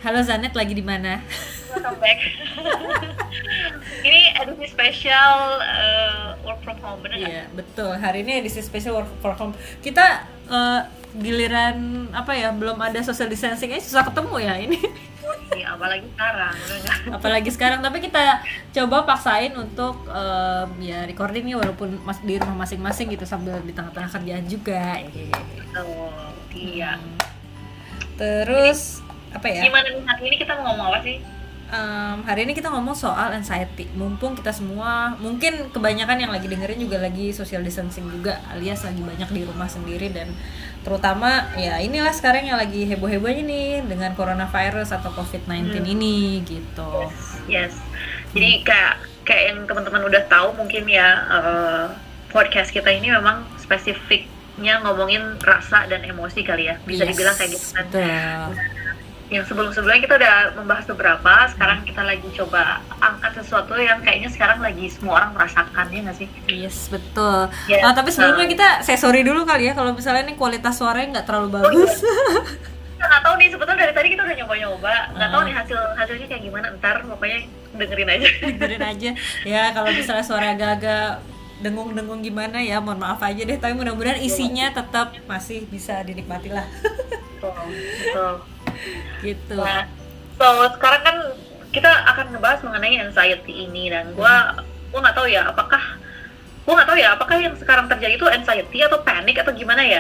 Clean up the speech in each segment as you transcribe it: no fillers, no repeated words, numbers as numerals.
Halo Zanet, lagi di mana? Welcome back. Ini edisi spesial work from home, bener nggak? Iya, betul. Hari ini edisi spesial work from home. Kita giliran apa ya? Belum ada social distancing, susah ketemu ya ini. Iya, apalagi sekarang, bener nggak? Apalagi sekarang, tapi kita coba paksain untuk ya recording nih walaupun di rumah masing-masing gitu sambil di tengah-tengah kerjaan juga. Oh, iya. Terus apa ya? Gimana nih hari ini kita mau ngomong apa sih? Hari ini kita ngomong soal anxiety. Mumpung kita semua, mungkin kebanyakan yang lagi dengerin juga lagi social distancing juga, alias lagi banyak di rumah sendiri, dan terutama ya inilah sekarang yang lagi heboh-hebohnya nih dengan coronavirus atau COVID-19 ini gitu. Yes. Jadi kayak yang teman-teman udah tahu mungkin ya, podcast kita ini memang spesifiknya ngomongin rasa dan emosi kali ya, bisa dibilang kayak gitu kan. Yang sebelum-sebelumnya kita udah membahas beberapa, sekarang kita lagi coba angkat sesuatu yang kayaknya sekarang lagi semua orang merasakan, ya nggak sih? Yes, betul. Yes. Tapi sebelumnya saya sorry dulu kali ya kalau misalnya ini kualitas suaranya nggak terlalu bagus. Kita nggak tahu nih, sebetulnya dari tadi kita udah nyoba-nyoba, nggak tahu nih hasilnya kayak gimana. Ntar pokoknya dengerin aja. Dengerin aja. Ya kalau misalnya suara agak-agak dengung-dengung gimana ya, mohon maaf aja deh. Tapi mudah-mudahan isinya tetap masih bisa dinikmati lah. Betul. Gitu. Nah, sekarang kan kita akan ngebahas mengenai anxiety ini, dan gue nggak tahu ya apakah yang sekarang terjadi itu anxiety atau panic atau gimana ya?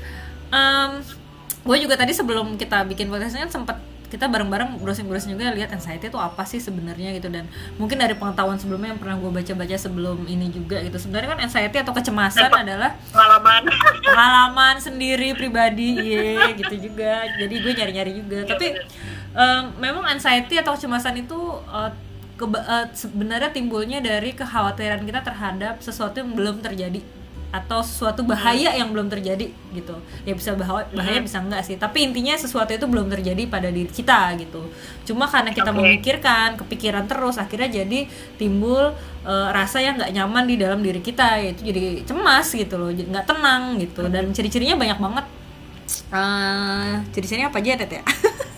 Gue juga tadi sebelum kita bikin podcastnya sempat kita bareng-bareng browsing juga lihat anxiety itu apa sih sebenarnya gitu, dan mungkin dari pengetahuan sebelumnya yang pernah gue baca-baca sebelum ini juga gitu, sebenarnya kan anxiety atau kecemasan adalah pengalaman sendiri pribadi, gitu juga. Jadi gue nyari-nyari juga, tapi memang anxiety atau kecemasan itu sebenarnya timbulnya dari kekhawatiran kita terhadap sesuatu yang belum terjadi atau sesuatu bahaya yang belum terjadi gitu. Ya bisa bahaya bisa enggak sih, tapi intinya sesuatu itu belum terjadi pada diri kita gitu. Cuma karena kita memikirkan, kepikiran terus, akhirnya jadi timbul rasa yang nggak nyaman di dalam diri kita, yaitu jadi cemas gitu loh, nggak tenang gitu. Dan ciri-cirinya banyak banget. Ciri-cirinya apa aja, Tete?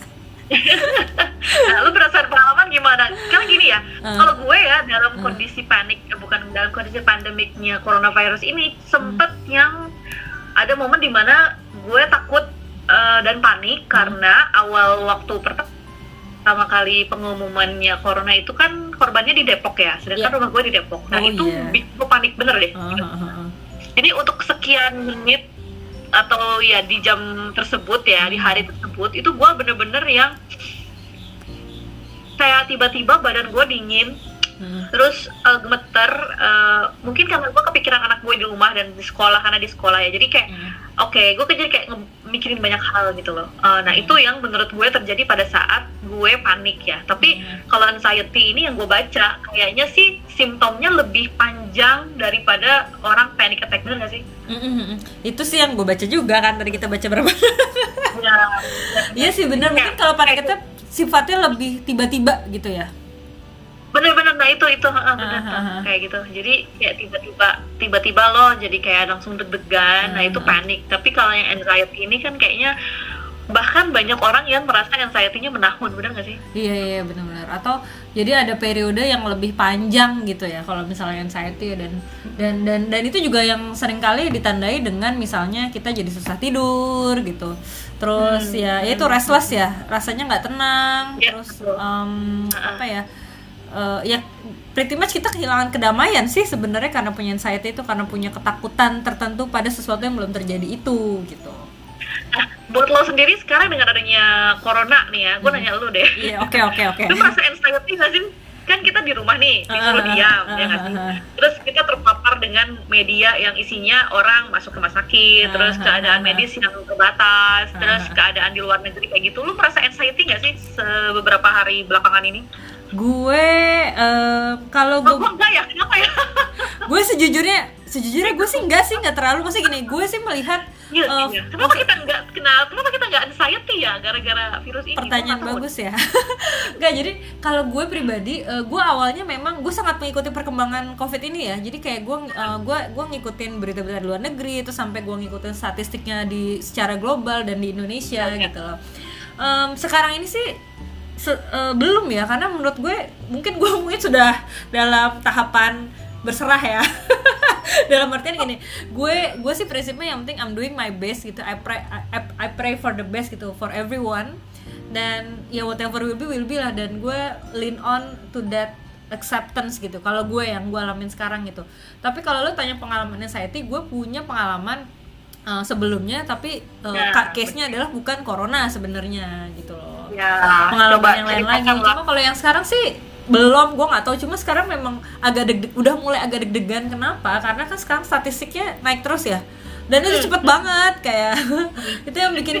Nah, lu berdasarkan pengalaman gimana? Kan gini ya, kalau gue ya dalam kondisi panik, bukan dalam kondisi pandemiknya coronavirus ini, sempet yang ada momen dimana gue takut dan panik karena awal waktu pertama kali pengumumannya corona itu kan korbannya di Depok ya, sedangkan rumah gue di Depok. Nah bikin gue panik bener deh. Jadi untuk sekian menit atau ya di jam tersebut ya, di hari tersebut itu gue bener-bener yang kayak tiba-tiba badan gue dingin, terus gemeter, mungkin karena gue kepikiran anak gue di rumah dan di sekolah, karena di sekolah ya, jadi kayak gue jadi kayak mikirin banyak hal gitu loh. Nah itu yang menurut gue terjadi pada saat gue panik ya. Tapi kalau anxiety ini yang gue baca, kayaknya sih simptomnya lebih panjang daripada orang panic attack, bener gak sih? Itu sih yang gue baca juga kan, tadi kita baca berapa. Iya sih bener, mungkin kalau panic attack sifatnya lebih tiba-tiba gitu ya. Bener-bener, nah itu bener kayak gitu. Jadi kayak tiba-tiba lo jadi kayak langsung deg-degan. Nah itu panik. Tapi kalau yang anxiety ini kan kayaknya bahkan banyak orang yang merasa anxiety-nya menahun, bener nggak sih? Iya benar-benar. Atau jadi ada periode yang lebih panjang gitu ya kalau misalnya anxiety, dan itu juga yang seringkali ditandai dengan misalnya kita jadi susah tidur gitu. Terus ya itu restless ya, rasanya nggak tenang. Terus apa ya? Ya pretty much kita kehilangan kedamaian sih sebenarnya karena punya anxiety itu, karena punya ketakutan tertentu pada sesuatu yang belum terjadi itu gitu. Nah, buat lo sendiri sekarang dengan adanya corona nih ya, gue nanya lo deh. Iya, oke. Lu merasa anxiety nggak sih? Kan kita di rumah nih, disuruh diam, ya nggak sih? Terus kita terpapar dengan media yang isinya orang masuk rumah sakit, terus keadaan medis yang terbatas, terus keadaan di luar negeri kayak gitu. Lu merasa anxiety nggak sih beberapa hari belakangan ini? Gue kalau gue enggak ya, kenapa ya? Gue sejujurnya gue sih nggak terlalu. Maksudnya gini, gue sih melihat kenapa kita nggak anxiety ya gara-gara virus ini? Pertanyaan bagus ya. Nggak, jadi kalau gue pribadi, gue awalnya memang gue sangat mengikuti perkembangan COVID ini ya. Jadi kayak gue ngikutin berita-berita di luar negeri itu sampai gue ngikutin statistiknya secara global dan di Indonesia gitu loh. Sekarang ini sih belum ya, karena menurut gue mungkin sudah dalam tahapan berserah ya. Dalam artian gini, gue sih prinsipnya yang penting I'm doing my best gitu. I pray for the best gitu for everyone, dan ya whatever will be lah, dan gue lean on to that acceptance gitu. Kalau gue yang gue alamin sekarang gitu. Tapi kalau lo tanya pengalaman anxiety, gue punya pengalaman sebelumnya, tapi case-nya adalah bukan corona sebenarnya gitu loh. Ya, pengalaman yang lain lagi. Cuma kalau yang sekarang sih belum, gue nggak tahu. Cuma sekarang memang agak udah mulai agak deg-degan. Kenapa? Karena kan sekarang statistiknya naik terus ya, dan itu cepet banget kayak itu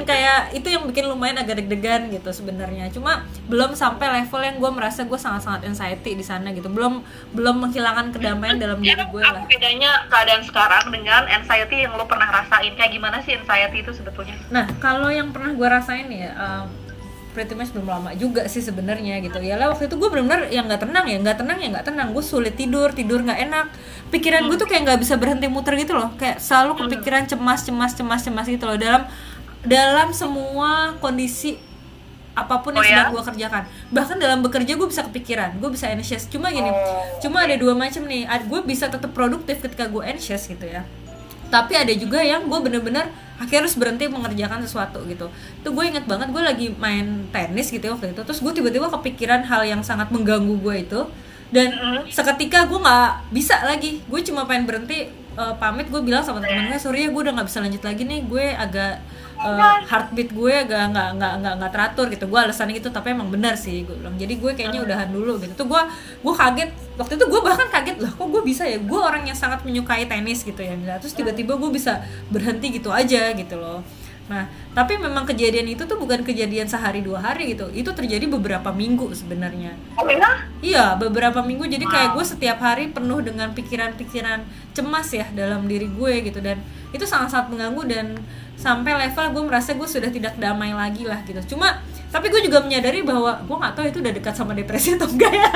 yang bikin lumayan agak deg-degan gitu sebenarnya. Cuma belum sampai level yang gue merasa gue sangat-sangat anxiety di sana gitu. Belum menghilangkan kedamaian dalam diri gue lah. Apa bedanya keadaan sekarang dengan anxiety yang lo pernah rasain? Kayak gimana sih anxiety itu sebetulnya? Nah, kalau yang pernah gue rasain ya pretty much belum lama juga sih sebenarnya gitu. Yalah, waktu itu gue benar-benar yang nggak tenang. Gue sulit tidur nggak enak. Pikiran gue tuh kayak nggak bisa berhenti muter gitu loh. Kayak selalu kepikiran cemas gitu loh dalam semua kondisi apapun yang sedang gue kerjakan. Bahkan dalam bekerja gue bisa kepikiran, gue bisa anxious. Cuma ada dua macam nih. Gue bisa tetap produktif ketika gue anxious gitu ya. Tapi ada juga yang gue bener-bener akhirnya harus berhenti mengerjakan sesuatu gitu. Itu gue inget banget, gue lagi main tenis gitu ya waktu itu. Terus gue tiba-tiba kepikiran hal yang sangat mengganggu gue itu. Dan seketika gue gak bisa lagi. Gue cuma pengen berhenti, pamit. Gue bilang sama teman gue, sorry ya gue udah gak bisa lanjut lagi nih. Gue agak heartbeat gue agak nggak teratur gitu. Gue alasannya gitu, tapi emang benar sih gue bilang. Jadi gue kayaknya udahan dulu gitu. Tuh gue kaget waktu itu. Gue bahkan kaget lah, kok gue bisa ya. Gue orang yang sangat menyukai tenis gitu ya. Terus tiba-tiba gue bisa berhenti gitu aja gitu loh. Nah, tapi memang kejadian itu tuh bukan kejadian sehari 2 hari gitu. Itu terjadi beberapa minggu sebenarnya. Oh ya? Iya, beberapa minggu. Jadi kayak gue setiap hari penuh dengan pikiran-pikiran cemas ya dalam diri gue gitu. Dan itu sangat-sangat mengganggu, dan sampai level gue merasa gue sudah tidak damai lagi lah gitu. Tapi gue juga menyadari bahwa gue nggak tahu itu udah dekat sama depresi atau enggak ya.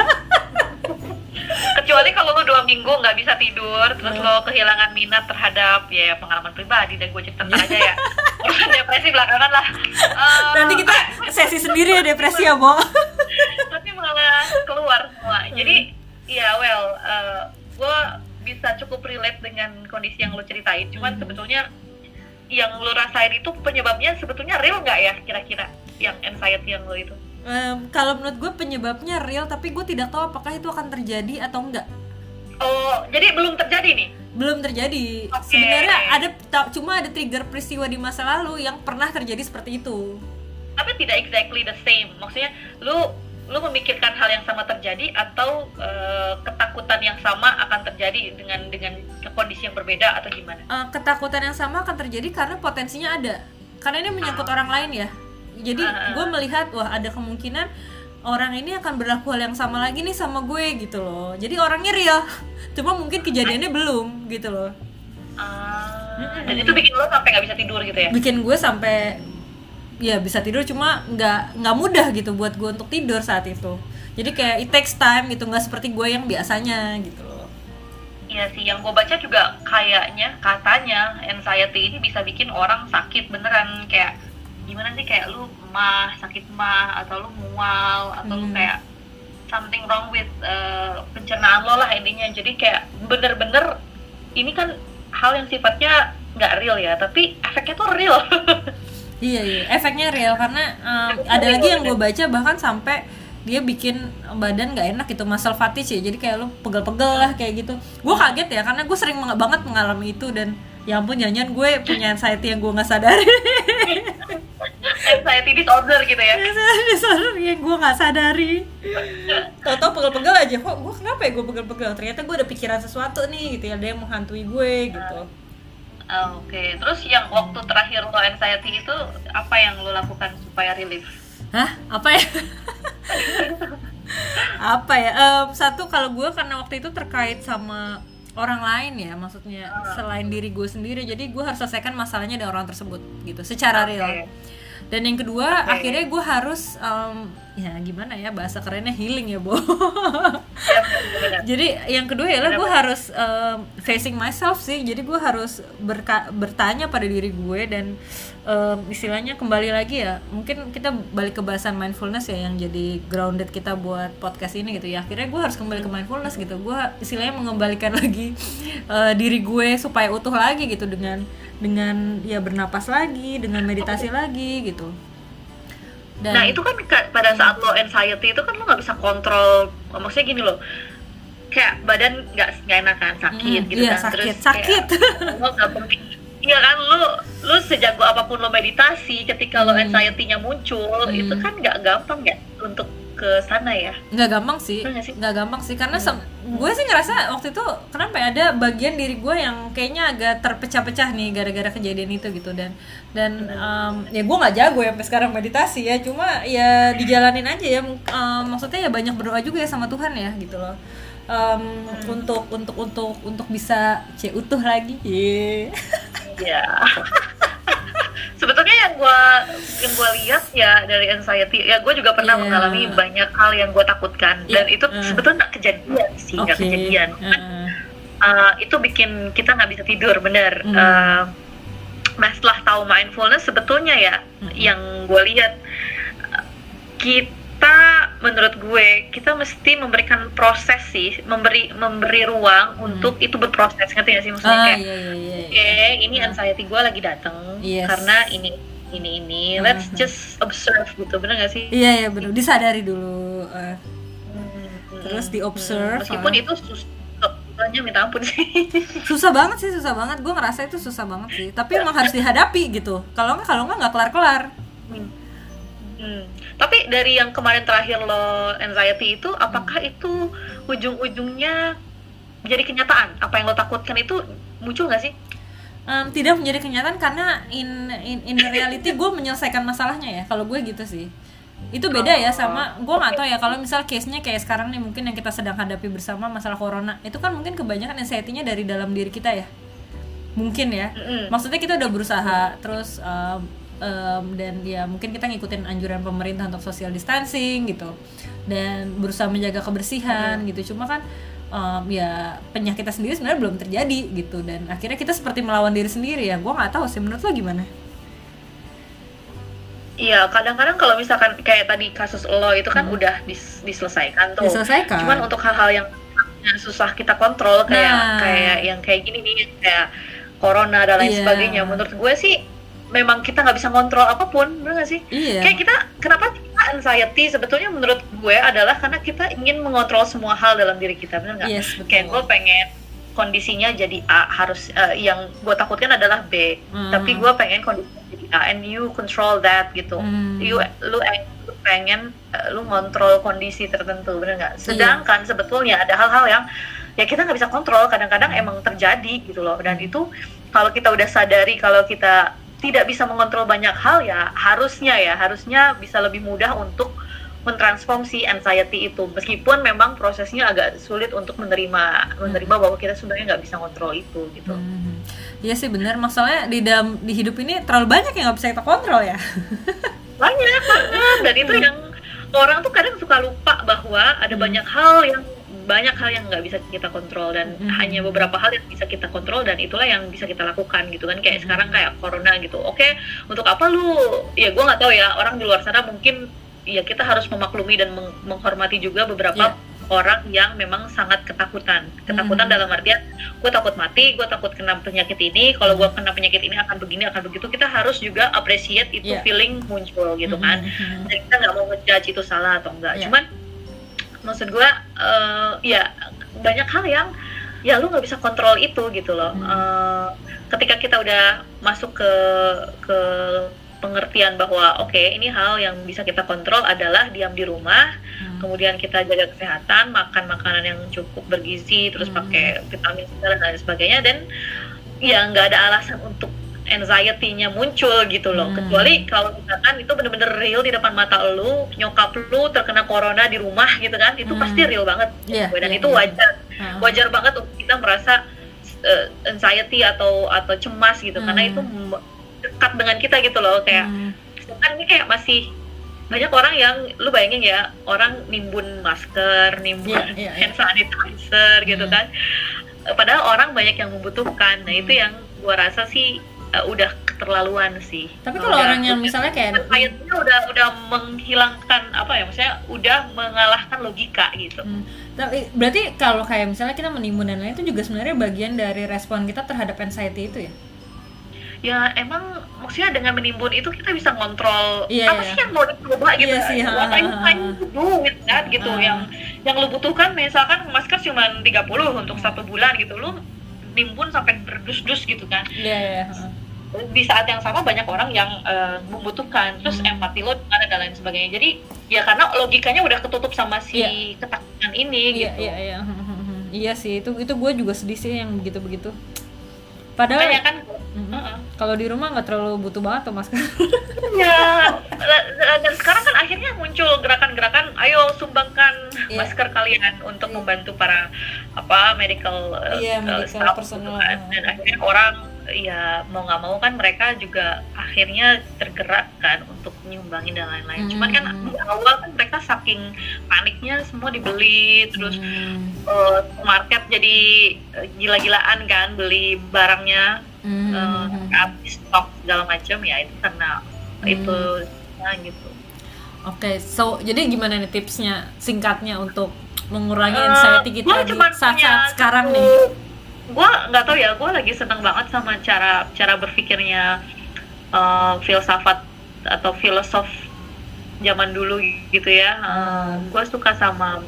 Kecuali kalau lo 2 minggu nggak bisa tidur, terus lo kehilangan minat terhadap ya pengalaman pribadi, dan gue cerita aja ya. Depresi belakangan lah. Nanti kita sesi sendiri ya depresi ya, Bo. Tapi malah keluar semua. Jadi ya gue bisa cukup relate dengan kondisi yang lo ceritain. Cuman sebetulnya yang lo rasain itu penyebabnya sebetulnya real nggak ya kira-kira, yang anxiety yang lo itu? Kalau menurut gue penyebabnya real, tapi gue tidak tahu apakah itu akan terjadi atau enggak. Oh, jadi belum terjadi nih? Belum terjadi. Okay. Sebenarnya cuma ada trigger peristiwa di masa lalu yang pernah terjadi seperti itu. Tapi tidak exactly the same. Maksudnya lu memikirkan hal yang sama terjadi, atau ketakutan yang sama akan terjadi dengan kondisi yang berbeda, atau gimana? Ketakutan yang sama akan terjadi karena potensinya ada. Karena ini menyangkut orang lain ya. Jadi gue melihat, wah ada kemungkinan orang ini akan berlaku hal yang sama lagi nih sama gue gitu loh. Jadi orangnya real, cuma mungkin kejadiannya belum gitu loh. Dan itu bikin lo sampai nggak bisa tidur gitu ya? Bikin gue sampai ya bisa tidur, cuma nggak mudah gitu buat gue untuk tidur saat itu. Jadi kayak it takes time gitu, nggak seperti gue yang biasanya gitu loh. Iya sih, yang gue baca juga katanya anxiety ini bisa bikin orang sakit beneran. Kayak gimana sih, kayak lu sakit atau lu mual, atau lu kayak something wrong with pencernaan lo lah intinya. Jadi kayak bener-bener ini kan hal yang sifatnya nggak real ya, tapi efeknya tuh real. Iya, efeknya real karena ada lagi yang gue baca bahkan sampai dia bikin badan nggak enak gitu, muscle fatigue ya. Jadi kayak lu pegel-pegel lah kayak gitu. Gue kaget ya karena gue sering banget mengalami itu, dan ya ampun, jangan gue punya anxiety yang gue nggak sadari. Anxiety disorder gitu ya? Anxiety disorder yang gue nggak sadari. Tau-tau pegel-pegel aja, kok gue kenapa ya gue pegel-pegel? Ternyata gue ada pikiran sesuatu nih gitu ya, ada yang menghantui gue gitu. Oke. Terus yang waktu terakhir lo anxiety itu apa yang lo lakukan supaya relief? Hah? Apa ya? Apa ya? Satu, kalau gue karena waktu itu terkait sama orang lain ya, maksudnya selain diri gue sendiri, jadi gue harus selesaikan masalahnya dengan orang tersebut gitu, secara real. Dan yang kedua akhirnya gue harus ya gimana ya bahasa kerennya, healing ya Bo. Jadi yang kedua ya gue harus facing myself sih. Jadi gue harus bertanya pada diri gue dan istilahnya kembali lagi ya, mungkin kita balik ke bahasan mindfulness ya yang jadi grounded kita buat podcast ini gitu ya. Akhirnya gue harus kembali ke mindfulness gitu. Gue istilahnya mengembalikan lagi diri gue supaya utuh lagi gitu dengan ya bernapas lagi, dengan meditasi lagi gitu. Dan, nah itu kan pada saat lo anxiety itu kan lo nggak bisa kontrol, maksudnya gini loh, kayak badan nggak enak kan, sakit gitu iya, kan, sakit. Terus lo nggak penting, iya kan, lo sejago apapun lo meditasi, ketika lo anxiety-nya muncul itu kan nggak gampang ya untuk ke sana ya. Nggak gampang sih karena gue sih ngerasa waktu itu kenapa ya, ada bagian diri gue yang kayaknya agak terpecah-pecah nih gara-gara kejadian itu gitu. Dan ya gue nggak jago ya sampai sekarang meditasi ya, cuma ya dijalanin aja ya. Maksudnya ya banyak berdoa juga ya sama Tuhan ya gitu loh, untuk bisa utuh lagi. Iya. Sebetulnya yang gue lihat ya dari anxiety ya, gue juga pernah mengalami banyak hal yang gue takutkan dan itu sebetulnya nggak kejadian sih, nggak kejadian. Itu bikin kita nggak bisa tidur, bener. Nah setelah tahu mindfulness sebetulnya ya yang gue lihat, menurut gue kita mesti memberikan proses sih, memberi ruang untuk itu berproses, ngerti gak sih maksudnya? Kayak ini anxiety gue lagi datang karena ini let's just observe gitu, bener gak sih? Iya bener, disadari dulu, terus diobserve. Meskipun itu susahnya minta ampun sih. susah banget, gue ngerasa itu susah banget sih, tapi emang harus dihadapi gitu, kalau nggak kelar-kelar. Tapi dari yang kemarin terakhir lo anxiety itu, apakah itu ujung-ujungnya menjadi kenyataan? Apa yang lo takutkan itu muncul nggak sih? Tidak menjadi kenyataan karena in reality gue menyelesaikan masalahnya ya. Kalau gue gitu sih. Itu beda ya sama, gue nggak tahu ya kalau misal case-nya kayak sekarang nih mungkin yang kita sedang hadapi bersama masalah corona. Itu kan mungkin kebanyakan anxiety-nya dari dalam diri kita ya. Mungkin ya. Maksudnya kita udah berusaha terus dan ya mungkin kita ngikutin anjuran pemerintah untuk social distancing gitu dan berusaha menjaga kebersihan gitu, cuma kan ya penyakitnya sendiri sebenarnya belum terjadi gitu, dan akhirnya kita seperti melawan diri sendiri ya. Gue nggak tahu sih, menurut lo gimana? Iya, kadang-kadang kalau misalkan kayak tadi kasus lo itu kan udah diselesaikan tuh. Cuman untuk hal-hal yang susah kita kontrol kayak yang kayak gini nih, kayak corona dan lain sebagainya, menurut gue sih memang kita nggak bisa kontrol apapun, bener nggak sih? Kayak kita, kenapa kita anxiety sebetulnya menurut gue adalah karena kita ingin mengontrol semua hal dalam diri kita, bener nggak? Kayak gue pengen kondisinya jadi A, harus yang gue takutkan adalah B, tapi gue pengen kondisinya jadi A, and you control that gitu. Lu pengen lu ngontrol kondisi tertentu, bener nggak? Sedangkan sebetulnya ada hal-hal yang ya kita nggak bisa kontrol, kadang-kadang emang terjadi gitu loh. Dan itu kalau kita udah sadari kalau kita tidak bisa mengontrol banyak hal ya harusnya bisa lebih mudah untuk mentransform si anxiety itu, meskipun memang prosesnya agak sulit untuk menerima bahwa kita sebenarnya nggak bisa kontrol itu gitu. Iya sih benar, masalahnya di hidup ini terlalu banyak yang nggak bisa kita kontrol ya. banyak dan itu yang orang tuh kadang suka lupa bahwa ada banyak hal yang nggak bisa kita kontrol, dan hanya beberapa hal yang bisa kita kontrol, dan itulah yang bisa kita lakukan gitu kan. Kayak sekarang kayak corona gitu, oke, untuk apa lu, ya gue nggak tahu ya, orang di luar sana mungkin ya kita harus memaklumi dan menghormati juga beberapa orang yang memang sangat ketakutan dalam artian gue takut mati, gue takut kena penyakit ini, kalau gue kena penyakit ini akan begini, akan begitu. Kita harus juga appreciate itu feeling muncul gitu kan. Dan kita nggak mau ngejudge itu salah atau enggak, cuman maksud gue ya banyak hal yang ya lu nggak bisa kontrol itu gitu loh. Ketika kita udah masuk ke pengertian bahwa oke, ini hal yang bisa kita kontrol adalah diam di rumah, kemudian kita jaga kesehatan, makan makanan yang cukup bergizi, terus pakai vitamin dan lain sebagainya, dan ya nggak ada alasan untuk anxiety-nya muncul gitu loh. Kecuali kalau misalkan itu bener-bener real di depan mata lu, nyokap lu terkena corona di rumah gitu kan, itu pasti real banget. Dan itu wajar banget untuk kita merasa anxiety atau cemas gitu, karena itu dekat dengan kita gitu loh, kayak Sedangkan ini kayak masih banyak orang yang, lu bayangin ya, orang nimbun masker, nimbun hand sanitizer gitu kan, padahal orang banyak yang membutuhkan. Nah itu yang gua rasa sih udah keterlaluan sih. Tapi kalau orang yang misalnya kayak udah menghilangkan apa ya, maksudnya udah mengalahkan logika gitu. Tapi berarti kalau kayak misalnya kita menimbun dan lain itu juga sebenarnya bagian dari respon kita terhadap anxiety itu ya? Ya emang maksudnya dengan menimbun itu kita bisa ngontrol apa sih yang mau dicoba gitu. What I'm trying to do with that gitu. Yang lu butuhkan misalkan masker cuma 30 untuk 1 bulan gitu, lu nimbun sampai berdus-dus gitu kan. Di saat yang sama banyak orang yang membutuhkan, terus empati lo ada dan lain sebagainya. Jadi ya karena logikanya udah ketutup sama si ketakutan ini gitu. Iya sih, itu gue juga sedih sih yang begitu-begitu. Padahal ya kan kalau di rumah nggak terlalu butuh banget tuh masker. Ya, dan sekarang kan akhirnya muncul gerakan-gerakan, ayo sumbangkan masker kalian untuk membantu para medical staff personal. Dan akhirnya orang ya mau nggak mau kan mereka juga akhirnya tergerak kan untuk nyumbangin dan lain-lain. Cuman kan di awal kan mereka saking paniknya semua dibeli, terus market jadi gila-gilaan kan beli barangnya, habis stok segala macam ya, itu karena itu gitu. Oke, so jadi gimana nih tipsnya singkatnya untuk mengurangi anxiety kita di saat-saat sekarang nih? Gue nggak tahu ya, gue lagi seneng banget sama cara berpikirnya filsafat atau filosof zaman dulu gitu ya. Gue suka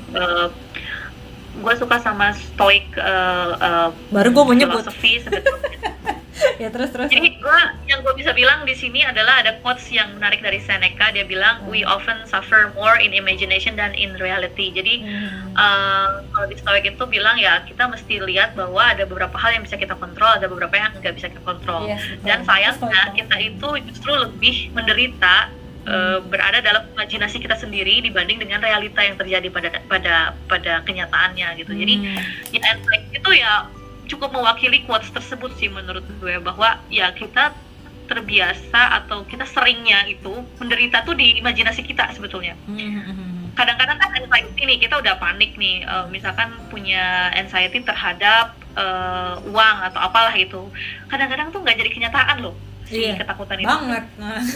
sama stoik baru gue mau nyebut filosofi sebetulnya. Ya terus. Jadi yang gue bisa bilang di sini adalah ada quotes yang menarik dari Seneca. Dia bilang we often suffer more in imagination than in reality. Jadi kalau di Stoik itu bilang ya kita mesti lihat bahwa ada beberapa hal yang bisa kita kontrol, ada beberapa yang nggak bisa kita kontrol. Dan sayangnya kita itu justru lebih menderita berada dalam imajinasi kita sendiri dibanding dengan realita yang terjadi pada kenyataannya gitu. Jadi ya anxiety itu ya cukup mewakili quotes tersebut sih menurut gue, bahwa ya kita terbiasa atau kita seringnya itu menderita tuh di imajinasi kita sebetulnya. Kadang-kadang kan anxiety nih, kita udah panik nih, misalkan punya anxiety terhadap uang atau apalah itu, kadang-kadang tuh nggak jadi kenyataan loh si ketakutan itu banget.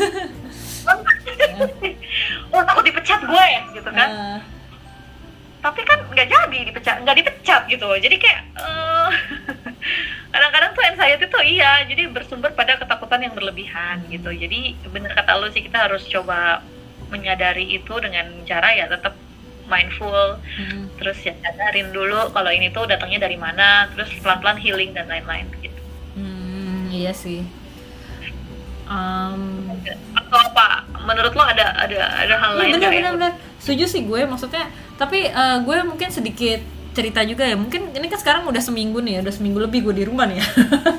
Oh takut dipecat gue gitu kan. Tapi kan nggak dipecat gitu. Jadi kayak kadang-kadang tuh anxiety tuh jadi bersumber pada ketakutan yang berlebihan gitu. Jadi bener kata lo sih, kita harus coba menyadari itu dengan cara ya tetap mindful, terus ya sadarin dulu kalau ini tuh datangnya dari mana, terus pelan-pelan healing dan lain-lain gitu. Iya sih. Atau apa? Menurut lo ada hal lain? Benar. Setuju sih gue, maksudnya. Tapi gue mungkin sedikit cerita juga ya. Mungkin ini kan sekarang udah seminggu lebih gue di rumah nih ya.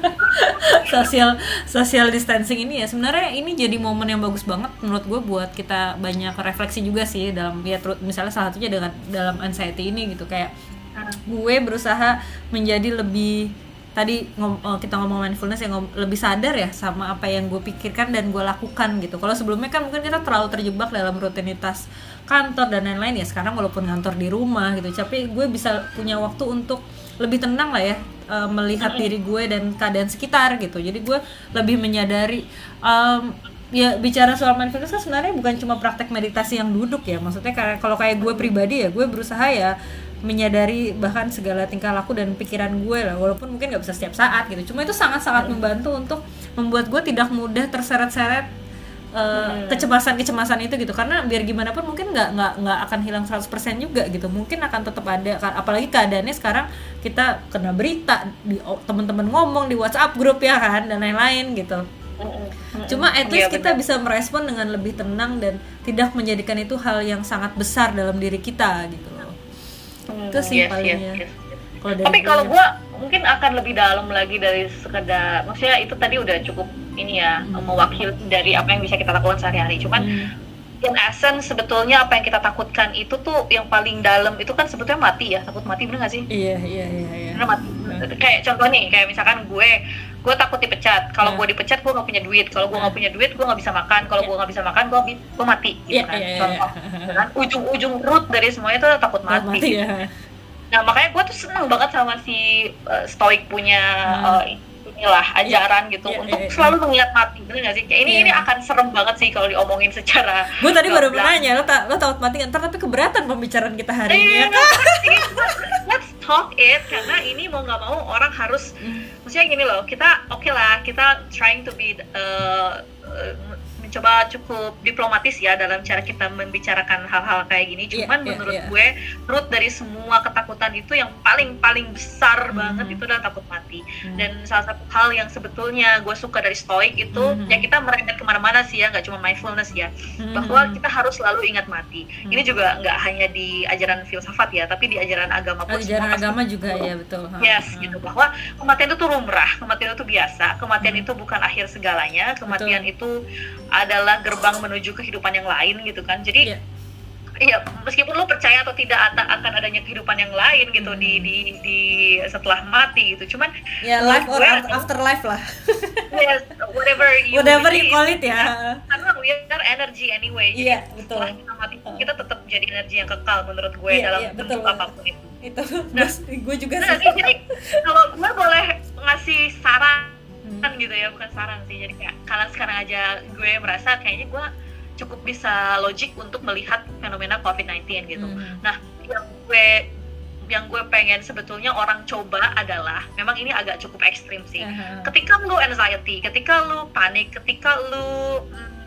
social distancing ini ya. Sebenarnya ini jadi momen yang bagus banget menurut gue buat kita banyak refleksi juga sih dalam misalnya salah satunya dalam anxiety ini gitu, kayak gue berusaha menjadi lebih kita ngomong mindfulness yang lebih sadar ya sama apa yang gue pikirkan dan gue lakukan gitu. Kalau sebelumnya kan mungkin kita terlalu terjebak dalam rutinitas kantor dan lain-lain ya. Sekarang walaupun kantor di rumah gitu, tapi gue bisa punya waktu untuk lebih tenang lah ya, melihat diri gue dan keadaan sekitar gitu. Jadi gue lebih menyadari ya bicara soal mindfulness kan sebenarnya bukan cuma praktek meditasi yang duduk ya. Maksudnya kalau kayak gue pribadi ya, gue berusaha ya menyadari bahkan segala tingkah laku dan pikiran gue lah, walaupun mungkin nggak bisa setiap saat gitu. Cuma itu sangat-sangat membantu untuk membuat gue tidak mudah terseret-seret kecemasan itu gitu, karena biar gimana pun mungkin nggak akan hilang 100% juga gitu, mungkin akan tetap ada, apalagi keadaannya sekarang kita kena berita teman-teman ngomong di WhatsApp grup ya kan dan lain-lain gitu. Cuma at least kita bisa merespon dengan lebih tenang dan tidak menjadikan itu hal yang sangat besar dalam diri kita gitu loh. Itu sih palingnya. Tapi kalau gue mungkin akan lebih dalam lagi dari sekedar, maksudnya itu tadi udah cukup ini ya, mewakili dari apa yang bisa kita lakukan sehari-hari. Cuman in essence sebetulnya apa yang kita takutkan itu tuh yang paling dalam itu kan sebetulnya mati ya, takut mati, bener nggak sih? Iya. Bener mati. Kayak contoh nih, kayak misalkan gue gue takut dipecat. Kalau gue dipecat gue nggak punya duit. Kalau gue nggak punya duit gue nggak bisa makan. Kalau gue nggak bisa makan gue mati gitu kan. Contoh, kan ujung root dari semuanya itu takut mati. Nah makanya gue tuh seneng banget sama si Stoik punya inilah ajaran gitu untuk selalu mengingat mati, bener nggak sih? Kayak ini akan serem banget sih kalau diomongin secara. Gue tadi baru menanya lo takut mati ntar, tapi keberatan pembicaraan kita hari ini. Let's talk it, karena ini mau nggak mau orang harus, maksudnya gini loh, kita oke lah, kita trying to be mencoba cukup diplomatis ya dalam cara kita membicarakan hal-hal kayak gini. Cuman menurut gue root dari semua ketakutan itu yang paling besar banget itu adalah takut mati. Dan salah satu hal yang sebetulnya gue suka dari Stoik itu ya kita merembet kemana-mana sih ya, nggak cuma mindfulness ya, bahwa kita harus selalu ingat mati. Ini juga nggak hanya di ajaran filsafat ya, tapi di ajaran agama pun. Ajaran agama juga ya, betul. Yes, gitu, bahwa kematian itu rumrah, kematian itu biasa, kematian itu bukan akhir segalanya, kematian itu adalah gerbang menuju kehidupan yang lain gitu kan. Jadi iya, meskipun lo percaya atau tidak akan adanya kehidupan yang lain gitu di setelah mati gitu, cuman life or afterlife lah. Yes, whatever you call it ya. Karena we are energy anyway. Iya, betul. Setelah kita mati kita tetap jadi energi yang kekal menurut gue dalam bentuk apapun itu. Nah, gue juga sih. Jadi kalau gue boleh ngasih saran gitu ya, bukan saran sih, jadi kayak kalian sekarang aja gue merasa kayaknya gue cukup bisa logik untuk melihat fenomena COVID-19 gitu. Nah, yang gue pengen sebetulnya orang coba adalah, memang ini agak cukup ekstrim sih. Ketika lu anxiety, ketika lu panik, ketika lu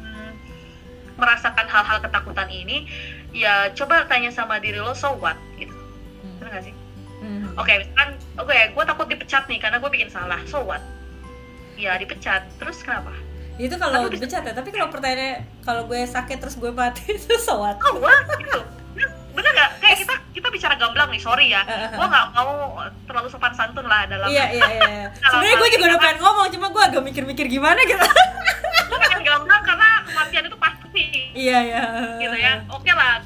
merasakan hal-hal ketakutan ini, ya coba tanya sama diri lo, so what gitu. Bener gak sih? Misalkan gue takut dipecat nih karena gue bikin salah, so what? Ya dipecat, terus kenapa? Itu kalau dipecat ya, tapi kalau pertanyaannya kalau gue sakit terus gue mati itu so what? Oh what? Gitu. Bener gak? Kayak kita bicara gamblang nih, sorry ya, gue gak mau terlalu sopan santun lah dalam Iya sebenarnya gue juga udah pengen ngomong, cuma gue agak mikir-mikir gimana gitu. Gue pengen gamblang karena kematian itu pasti. Iya gitu ya, oke lah,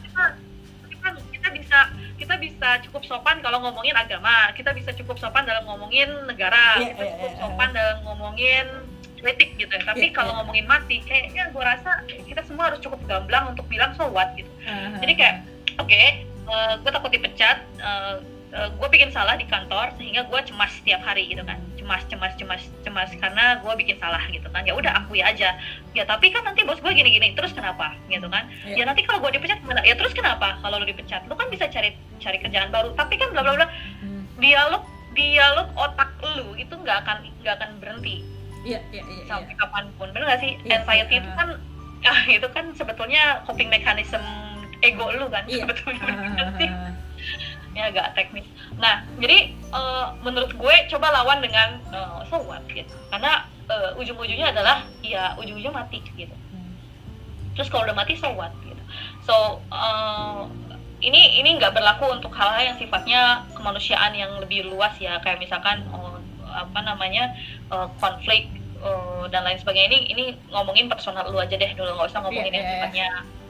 kita bisa cukup sopan kalau ngomongin agama, kita bisa cukup sopan dalam ngomongin negara, kita cukup sopan dalam ngomongin politik gitu ya. Tapi kalau ngomongin mati, kayaknya gue rasa kita semua harus cukup gamblang untuk bilang so what gitu. Jadi kayak gue takut dipecat, gue bikin salah di kantor sehingga gue cemas setiap hari gitu kan, cemas karena gue bikin salah gitu kan. Ya udah akui aja, ya tapi kan nanti bos gue gini terus kenapa gitu kan. Ya nanti kalau gue dipecat gimana, ya terus kenapa kalau lo dipecat, lo kan bisa cari kerjaan baru, tapi kan bla bla bla. Dialog otak lu itu nggak akan berhenti sampai kapanpun, bener nggak sih? Anxiety itu kan sebetulnya coping mechanism ego lu kan sebetulnya. Ya agak teknis. Nah, jadi menurut gue coba lawan dengan so what gitu. Karena ujung-ujungnya adalah ya ujung-ujungnya mati gitu. Terus kalau udah mati so what gitu. So ini nggak berlaku untuk hal-hal yang sifatnya kemanusiaan yang lebih luas ya, kayak misalkan konflik dan lain sebagainya. Ini ngomongin personal lu aja deh dulu, nggak usah ngomongin yang sifatnya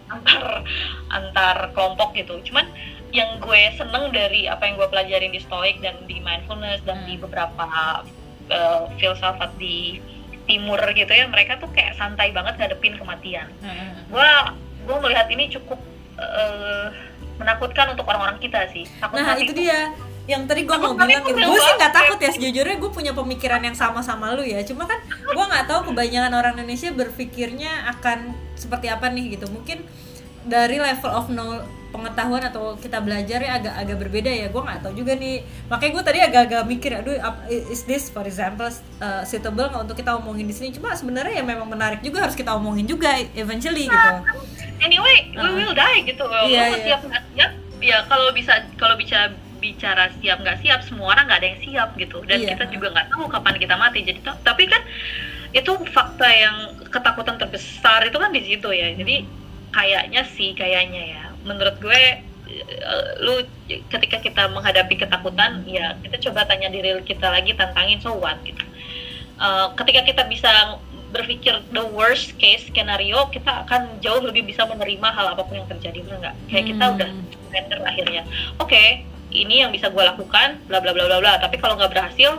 antar kelompok gitu. Cuman yang gue seneng dari apa yang gue pelajarin di Stoik dan di mindfulness dan di beberapa filsafat di timur gitu ya, mereka tuh kayak santai banget ngadepin kematian. Gue melihat ini cukup menakutkan untuk orang-orang kita sih. Itu dia yang tadi gue mau bilang gitu. Gue sih nggak takut ya, sejujurnya gue punya pemikiran yang sama lu ya. Cuma kan gue nggak tahu kebanyakan orang Indonesia berpikirnya akan seperti apa nih gitu. Mungkin dari level of pengetahuan atau kita belajar ya agak berbeda ya. Gue nggak tahu juga nih. Makanya gue tadi agak mikir, aduh, is this for example suitable nggak untuk kita omongin di sini? Cuma sebenarnya ya memang menarik juga, harus kita omongin juga eventually gitu. Anyway, we will die gitu. Siap nggak siap? Ya kalau bicara siap nggak siap, semua orang nggak ada yang siap gitu. Dan kita juga nggak tahu kapan kita mati. Jadi tapi kan itu fakta yang ketakutan terbesar itu kan di situ ya. Jadi kayaknya ya, menurut gue lu ketika kita menghadapi ketakutan ya kita coba tanya diri kita lagi, tantangin so what gitu. Ketika kita bisa berpikir the worst case skenario, kita akan jauh lebih bisa menerima hal apapun yang terjadi, benar nggak? Kayak kita udah surrender akhirnya. Oke, ini yang bisa gue lakukan, bla bla bla bla bla. Tapi kalau nggak berhasil,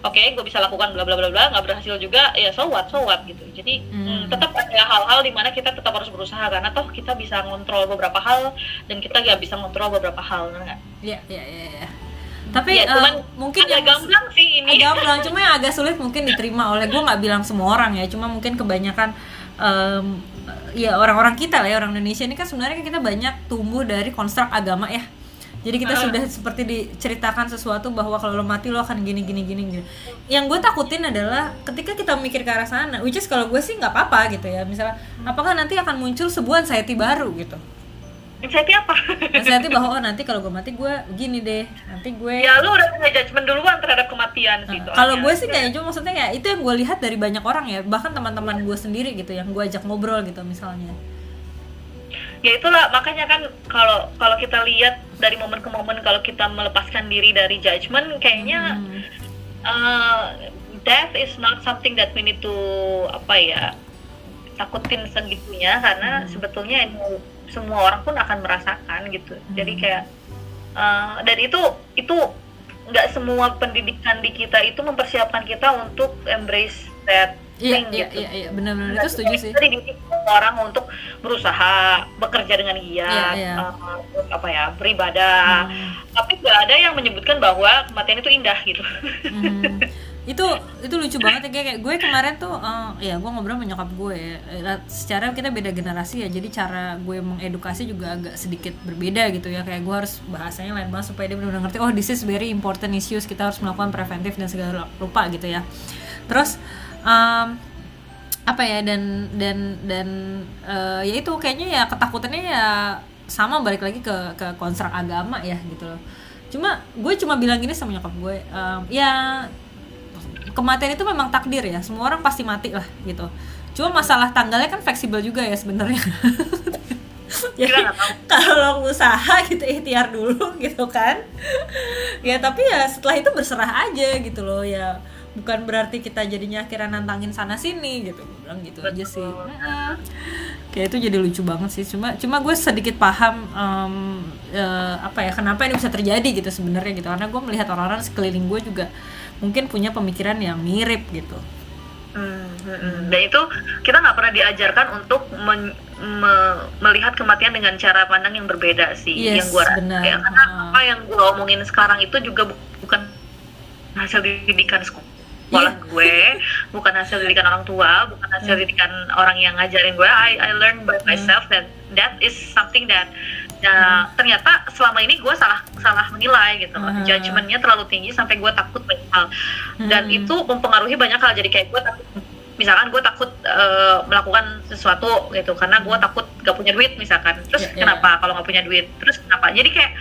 oke, gue bisa lakukan bla bla bla bla, nggak berhasil juga, ya so what gitu. Jadi tetap ada hal-hal di mana kita tetap harus berusaha, karena toh kita bisa ngontrol beberapa hal dan kita nggak bisa ngontrol beberapa hal, nggak? Iya. Tapi ya, cuman mungkin agak gamblang sih ini. Agak gamblang, cuma yang agak sulit mungkin diterima oleh, gue nggak bilang semua orang ya, cuma mungkin kebanyakan ya orang-orang kita lah ya, orang Indonesia ini kan sebenarnya kita banyak tumbuh dari konstruk agama ya. Jadi kita sudah seperti diceritakan sesuatu bahwa kalau lo mati lo akan gini. Yang gue takutin adalah ketika kita mikir ke arah sana, which is kalau gue sih nggak apa-apa gitu ya. Misalnya, apakah nanti akan muncul sebuah anxiety baru gitu? Anxiety apa? Anxiety bahwa nanti kalau gue mati gue gini deh, nanti gue. Ya lu udah punya judgement duluan terhadap kematian sih. Kalau gue sih kayak cuma maksudnya ya itu yang gue lihat dari banyak orang ya, bahkan teman-teman gue sendiri gitu yang gue ajak ngobrol gitu misalnya. Ya itulah, makanya kan kalau kita lihat dari momen ke momen, kalau kita melepaskan diri dari judgement, kayaknya death is not something that we need to takutin segitunya, karena sebetulnya semua orang pun akan merasakan gitu. Jadi kayak dan itu nggak semua pendidikan di kita itu mempersiapkan kita untuk embrace that. Iya, benar-benar itu setuju sih. Kita dididik orang untuk berusaha, bekerja dengan giat, beribadah. Tapi nggak ada yang menyebutkan bahwa kematian itu indah gitu. Itu lucu banget ya, kayak gue kemarin tuh ya gue ngobrol sama nyokap gue ya. Secara kita beda generasi ya, jadi cara gue mengedukasi juga agak sedikit berbeda gitu ya. Kayak gue harus bahasanya lain banget supaya dia benar-benar ngerti, oh this is very important issues, kita harus melakukan preventif dan segala rupa gitu ya. Terus ya itu kayaknya ya ketakutannya ya sama, balik lagi ke konstruk agama ya gitu loh. Gue cuma bilang gini sama nyokap gue, ya kematian itu memang takdir ya, semua orang pasti mati lah gitu. Cuma masalah tanggalnya kan fleksibel juga ya sebenarnya. Jadi kalau usaha gitu ikhtiar dulu gitu kan. Ya tapi ya setelah itu berserah aja gitu loh ya. Bukan berarti kita jadinya akhirnya nantangin sana sini gitu, gue bilang gitu aja sih. Kayak itu jadi lucu banget sih. Cuma gue sedikit paham kenapa ini bisa terjadi gitu sebenarnya gitu, karena gue melihat orang-orang sekeliling gue juga mungkin punya pemikiran yang mirip gitu. Dan itu kita nggak pernah diajarkan untuk melihat kematian dengan cara pandang yang berbeda sih. Yes, yang gue rasa ya, karena apa yang gue omongin sekarang itu juga bukan hasil didikan sekolah gue, bukan hasil didikan orang tua, bukan hasil didikan orang yang ngajarin gue. I learned by myself that is something that ternyata selama ini gue salah menilai gitu. Judgement-nya terlalu tinggi sampai gue takut banyak hal, dan itu mempengaruhi banyak hal. Jadi kayak gue takut, misalkan gue takut melakukan sesuatu gitu karena gue takut gak punya duit misalkan. Terus kenapa kalau gak punya duit? Terus kenapa? Jadi kayak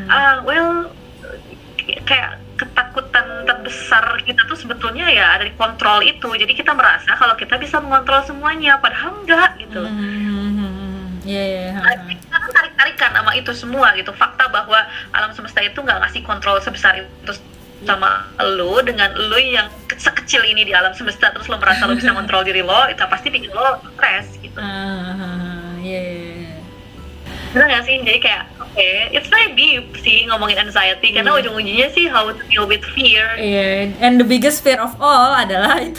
kayak ketakutan terbesar kita tuh sebetulnya ya ada di kontrol itu. Jadi kita merasa kalau kita bisa mengontrol semuanya, padahal enggak gitu. Kita kan tarik-tarikan sama itu semua gitu. Fakta bahwa alam semesta itu nggak ngasih kontrol sebesar itu sama lo, dengan lo yang sekecil ini di alam semesta, terus lo merasa lo bisa kontrol diri lo, itu pasti bikin lo stres gitu. Bener gak sih? Jadi kayak it's very deep sih ngomongin anxiety, karena ujung-ujungnya sih how to deal with fear. And the biggest fear of all adalah itu.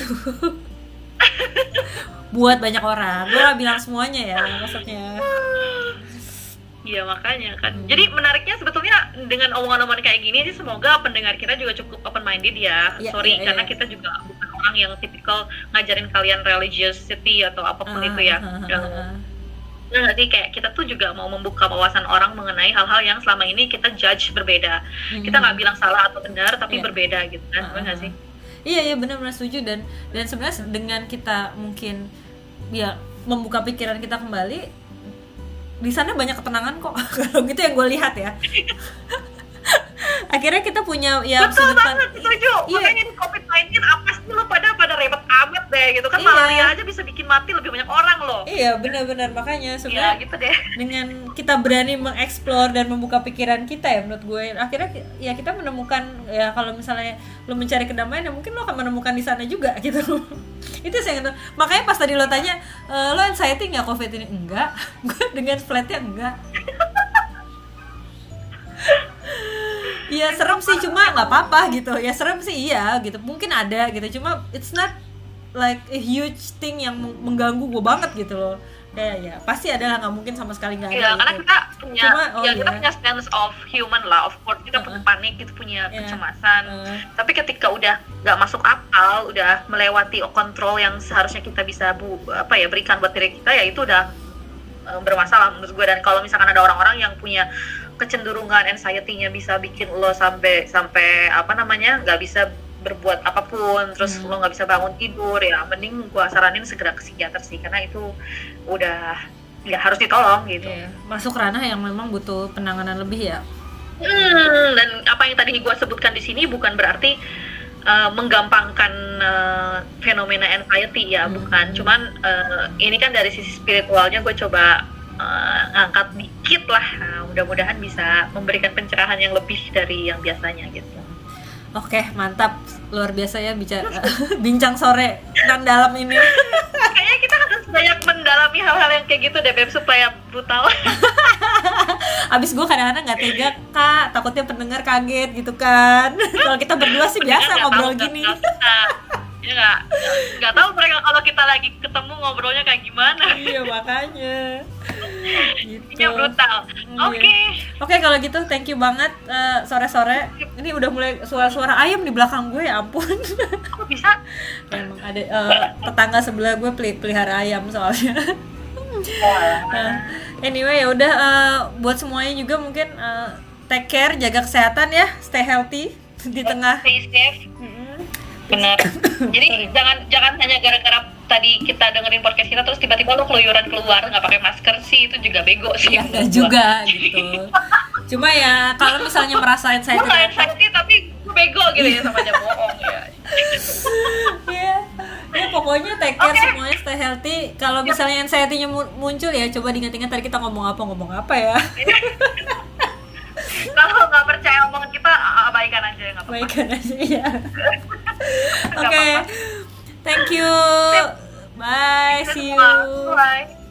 Buat banyak orang, gue gak bilang semuanya ya maksudnya. Iya makanya kan. Jadi menariknya sebetulnya dengan omongan-omongan kayak gini sih, semoga pendengar kita juga cukup open minded ya. Karena kita juga bukan orang yang tipikal ngajarin kalian religiosity atau apapun itu ya. Jadi kayak kita tuh juga mau membuka wawasan orang mengenai hal-hal yang selama ini kita judge berbeda. Kita nggak bilang salah atau benar, tapi berbeda gitu kan, benar nggak sih? Iya benar-benar setuju. Dan sebenarnya dengan kita mungkin ya membuka pikiran kita kembali, di sana banyak ketenangan kok. Kalau gitu yang gue lihat ya. Akhirnya kita punya ya betul banget, setuju. Makanya di COVID-19 apa sih lo pada ribet amat deh gitu kan. Malaria aja bisa bikin mati lebih banyak orang loh. Iya benar-benar, makanya sebenarnya gitu deh. Dengan kita berani mengeksplor dan membuka pikiran kita ya, menurut gue akhirnya ya kita menemukan ya, kalau misalnya lo mencari kedamaian ya mungkin lo akan menemukan di sana juga gitu. Itu saya gitu. Makanya pas tadi lo tanya lo anxiety nggak COVID ini? Enggak. Gue dengan flatnya enggak. Iya serem sih, cuma nggak apa-apa gitu. Ya serem sih iya gitu, mungkin ada gitu, cuma it's not like a huge thing yang mengganggu gue banget gitu loh. Kayak ya pasti ada lah, nggak mungkin sama sekali nggak ada. Iya, karena gitu. kita punya, Cuma, kita punya sense of human lah, of course kita punya panik, kita punya kecemasan. Tapi ketika udah nggak masuk akal, udah melewati kontrol yang seharusnya kita bisa berikan buat diri kita, ya itu udah bermasalah menurut gue. Dan kalau misalkan ada orang-orang yang punya kecenderungan anxiety-nya bisa bikin lo sampai nggak bisa berbuat apapun, terus lo nggak bisa bangun tidur, ya mending gue saranin segera ke psikiater sih, karena itu udah ya harus ditolong gitu. Masuk ranah yang memang butuh penanganan lebih ya. Dan apa yang tadi gue sebutkan di sini bukan berarti menggampangkan fenomena anxiety ya, bukan. Cuman ini kan dari sisi spiritualnya gue coba ngangkat dikit lah. Mudah-mudahan bisa memberikan pencerahan yang lebih dari yang biasanya gitu. Oke, mantap, luar biasa ya bincang sore dan dalam ini. Kayaknya kita harus banyak mendalami hal-hal yang kayak gitu deh, Beb, supaya brutal. Abis gue kadang-kadang nggak tega kak, takutnya pendengar kaget gitu kan. Kalau kita berdua sih biasa ngobrol gini. Ya nggak tahu mereka kalau kita lagi ketemu ngobrolnya kayak gimana. Iya makanya. Gitu. Brutal. Oke, kalau gitu thank you banget. Sore-sore ini udah mulai suara-suara ayam di belakang gue, ya ampun. Kok bisa? Emang ada tetangga sebelah gue pelihara ayam soalnya. Anyway ya udah, buat semuanya juga mungkin take care, jaga kesehatan ya, stay healthy di tengah. Stay safe. Benar. Jadi jangan hanya gara-gara tadi kita dengerin podcast kita terus tiba-tiba lo keluyuran keluar nggak pakai masker sih, itu juga bego sih. Ya nggak juga gitu. Cuma ya kalau misalnya merasa anxiety tapi gue bego gitu ya, sama aja bohong ya. Ya pokoknya take care semuanya, stay healthy. Kalau misalnya anxiety-nya muncul ya coba diingat-ingat tadi kita ngomong apa ya. Kalau nggak percaya omongan kita, abaikan aja, nggak apa-apa. Abaikan aja ya. Oke, thank you. Bye, see you. Bye.